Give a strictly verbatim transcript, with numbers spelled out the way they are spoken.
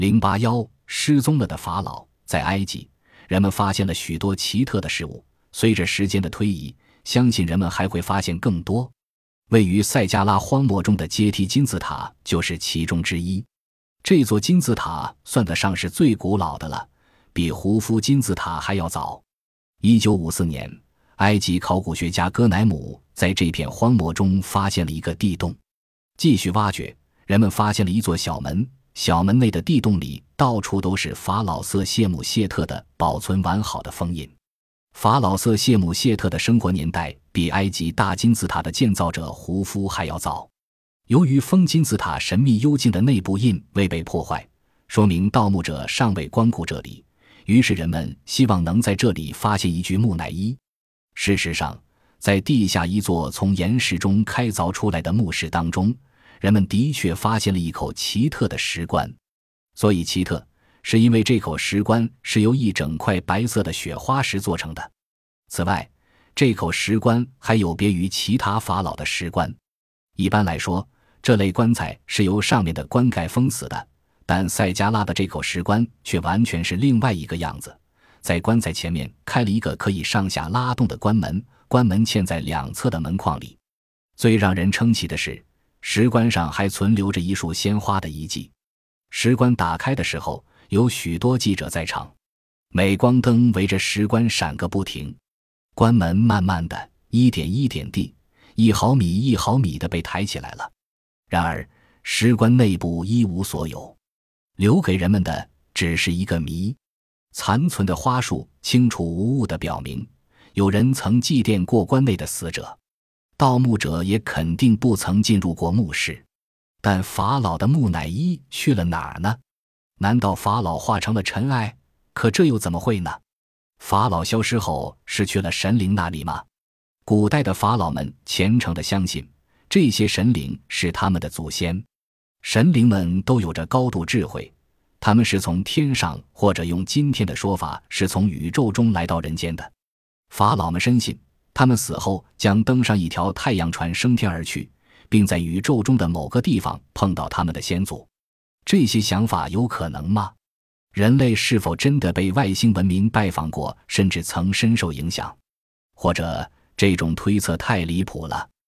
零八一失踪了的法老。在埃及，人们发现了许多奇特的事物，随着时间的推移，相信人们还会发现更多。位于塞加拉荒漠中的阶梯金字塔就是其中之一。这座金字塔算得上是最古老的了，比胡夫金字塔还要早。一九五四年，埃及考古学家戈乃姆在这片荒漠中发现了一个地洞。继续挖掘，人们发现了一座小门，小门内的地洞里到处都是法老瑟谢姆谢特的保存完好的封印。法老瑟谢姆谢特的生活年代比埃及大金字塔的建造者胡夫还要早。由于封金字塔神秘幽静的内部印未被破坏，说明盗墓者尚未光顾这里，于是人们希望能在这里发现一具木乃伊。事实上，在地下一座从岩石中开凿出来的墓室当中，人们的确发现了一口奇特的石棺。所以奇特，是因为这口石棺是由一整块白色的雪花石做成的。此外，这口石棺还有别于其他法老的石棺。一般来说，这类棺材是由上面的棺盖封死的，但塞加拉的这口石棺却完全是另外一个样子。在棺材前面开了一个可以上下拉动的关门，关门嵌在两侧的门框里。最让人称奇的是，石棺上还存留着一束鲜花的遗迹。石棺打开的时候，有许多记者在场，镁光灯围着石棺闪个不停。关门慢慢的，一点一点地，一毫米一毫米的被抬起来了。然而，石棺内部一无所有，留给人们的只是一个谜。残存的花束清楚无误地表明，有人曾祭奠过棺内的死者。盗墓者也肯定不曾进入过墓室。但法老的木乃伊去了哪儿呢？难道法老化成了尘埃？可这又怎么会呢？法老消失后是去了神灵那里吗？古代的法老们虔诚地相信，这些神灵是他们的祖先。神灵们都有着高度智慧，他们是从天上，或者用今天的说法，是从宇宙中来到人间的。法老们深信，他们死后将登上一条太阳船升天而去，并在宇宙中的某个地方碰到他们的先祖。这些想法有可能吗？人类是否真的被外星文明拜访过，甚至曾深受影响？或者这种推测太离谱了？